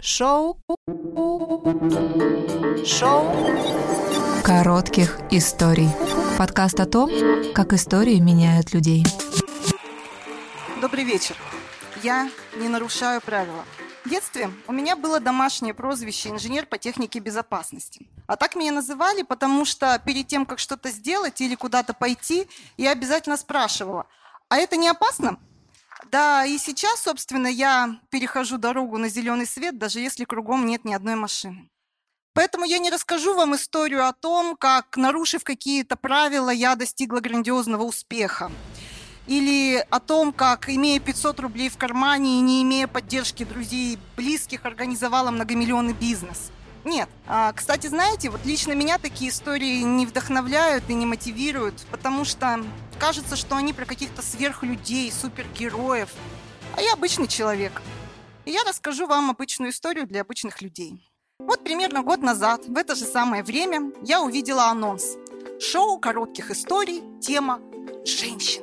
Шоу коротких историй. Подкаст о том, как истории меняют людей. Добрый вечер. Я не нарушаю правила. В детстве у меня было домашнее прозвище «инженер по технике безопасности». А так меня называли, потому что перед тем, как что-то сделать или куда-то пойти, я обязательно спрашивала: «А это не опасно?» Да, и сейчас, собственно, я перехожу дорогу на зеленый свет, даже если кругом нет ни одной машины. Поэтому я не расскажу вам историю о том, как, нарушив какие-то правила, я достигла грандиозного успеха. Или о том, как, имея 500 рублей в кармане и не имея поддержки друзей и близких, организовала многомиллионный бизнес. Нет. Кстати, знаете, вот лично меня такие истории не вдохновляют и не мотивируют, потому что кажется, что они про каких-то сверхлюдей, супергероев. А я обычный человек. И я расскажу вам обычную историю для обычных людей. Вот примерно год назад, в это же самое время, я увидела анонс. Шоу коротких историй, тема «Женщины».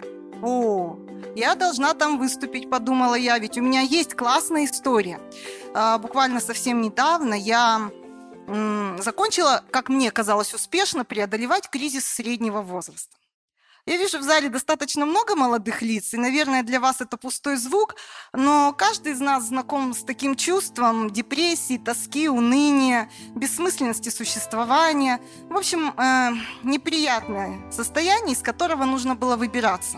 О, я должна там выступить, подумала я, ведь у меня есть классная история. Буквально совсем недавно я закончила, как мне казалось, успешно преодолевать кризис среднего возраста. Я вижу в зале достаточно много молодых лиц, и, наверное, для вас это пустой звук, но каждый из нас знаком с таким чувством депрессии, тоски, уныния, бессмысленности существования. В общем, неприятное состояние, из которого нужно было выбираться.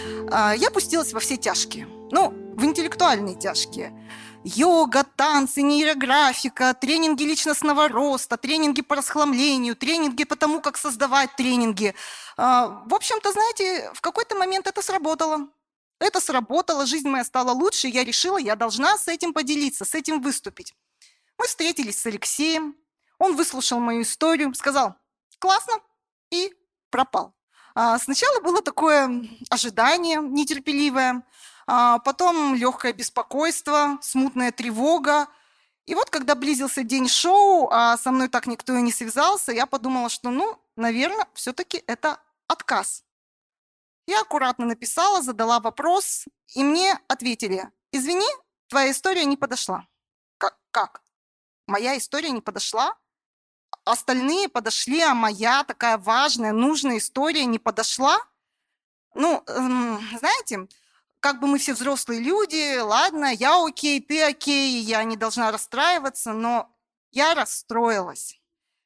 Я пустилась во все тяжкие, в интеллектуальные тяжкие. Йога, танцы, нейрографика, тренинги личностного роста, тренинги по расхламлению, тренинги по тому, как создавать тренинги. В общем-то, знаете, в какой-то момент это сработало. Это сработало, жизнь моя стала лучше, и я решила, я должна с этим поделиться, с этим выступить. Мы встретились с Алексеем, он выслушал мою историю, сказал: «Классно», и пропал. Сначала было такое ожидание нетерпеливое, потом легкое беспокойство, смутная тревога. И вот, когда близился день шоу, а со мной так никто и не связался, я подумала, что, наверное, все-таки это отказ. Я аккуратно написала, задала вопрос, и мне ответили: «Извини, твоя история не подошла». Как? Моя история не подошла? Остальные подошли, а моя такая важная, нужная история не подошла? Знаете, как бы мы все взрослые люди, ладно, я окей, ты окей, я не должна расстраиваться, но я расстроилась.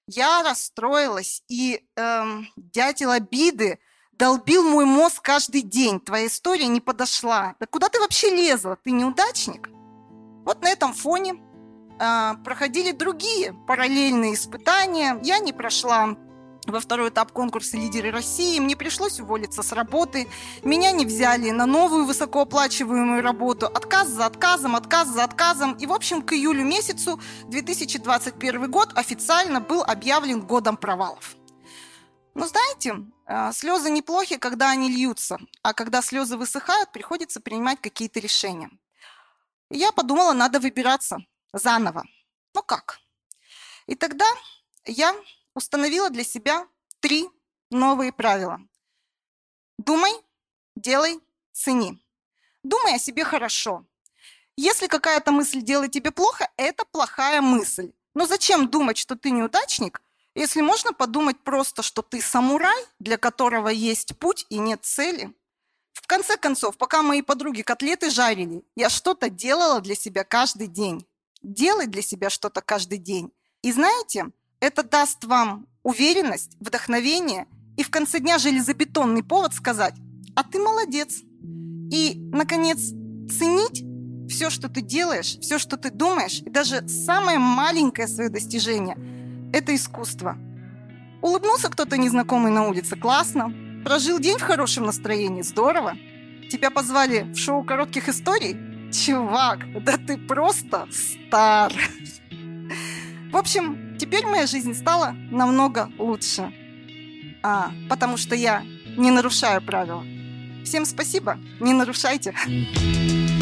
И дятел обиды долбил мой мозг каждый день. Твоя история не подошла. Да куда ты вообще лезла? Ты неудачник? Вот на этом фоне проходили другие параллельные испытания. Я не прошла во второй этап конкурса «Лидеры России». Мне пришлось уволиться с работы. Меня не взяли на новую высокооплачиваемую работу. Отказ за отказом, отказ за отказом. И, в общем, к июлю месяцу 2021 год официально был объявлен годом провалов. Но знаете, слезы неплохи, когда они льются. А когда слезы высыхают, приходится принимать какие-то решения. И я подумала, надо выбираться заново. Как? И тогда я установила для себя 3 новые правила. Думай, делай, цени. Думай о себе хорошо. Если какая-то мысль делает тебе плохо, это плохая мысль. Но зачем думать, что ты неудачник, если можно подумать просто, что ты самурай, для которого есть путь и нет цели? В конце концов, пока мои подруги котлеты жарили, я что-то делала для себя каждый день. Делай для себя что-то каждый день. И знаете, это даст вам уверенность, вдохновение и в конце дня железобетонный повод сказать: «А ты молодец». И, наконец, ценить все, что ты делаешь, все, что ты думаешь, и даже самое маленькое свое достижение – это искусство. Улыбнулся кто-то незнакомый на улице – классно. Прожил день в хорошем настроении – здорово. Тебя позвали в шоу коротких историй? Чувак, да ты просто стар. В общем, теперь моя жизнь стала намного лучше, потому что я не нарушаю правила. Всем спасибо, не нарушайте.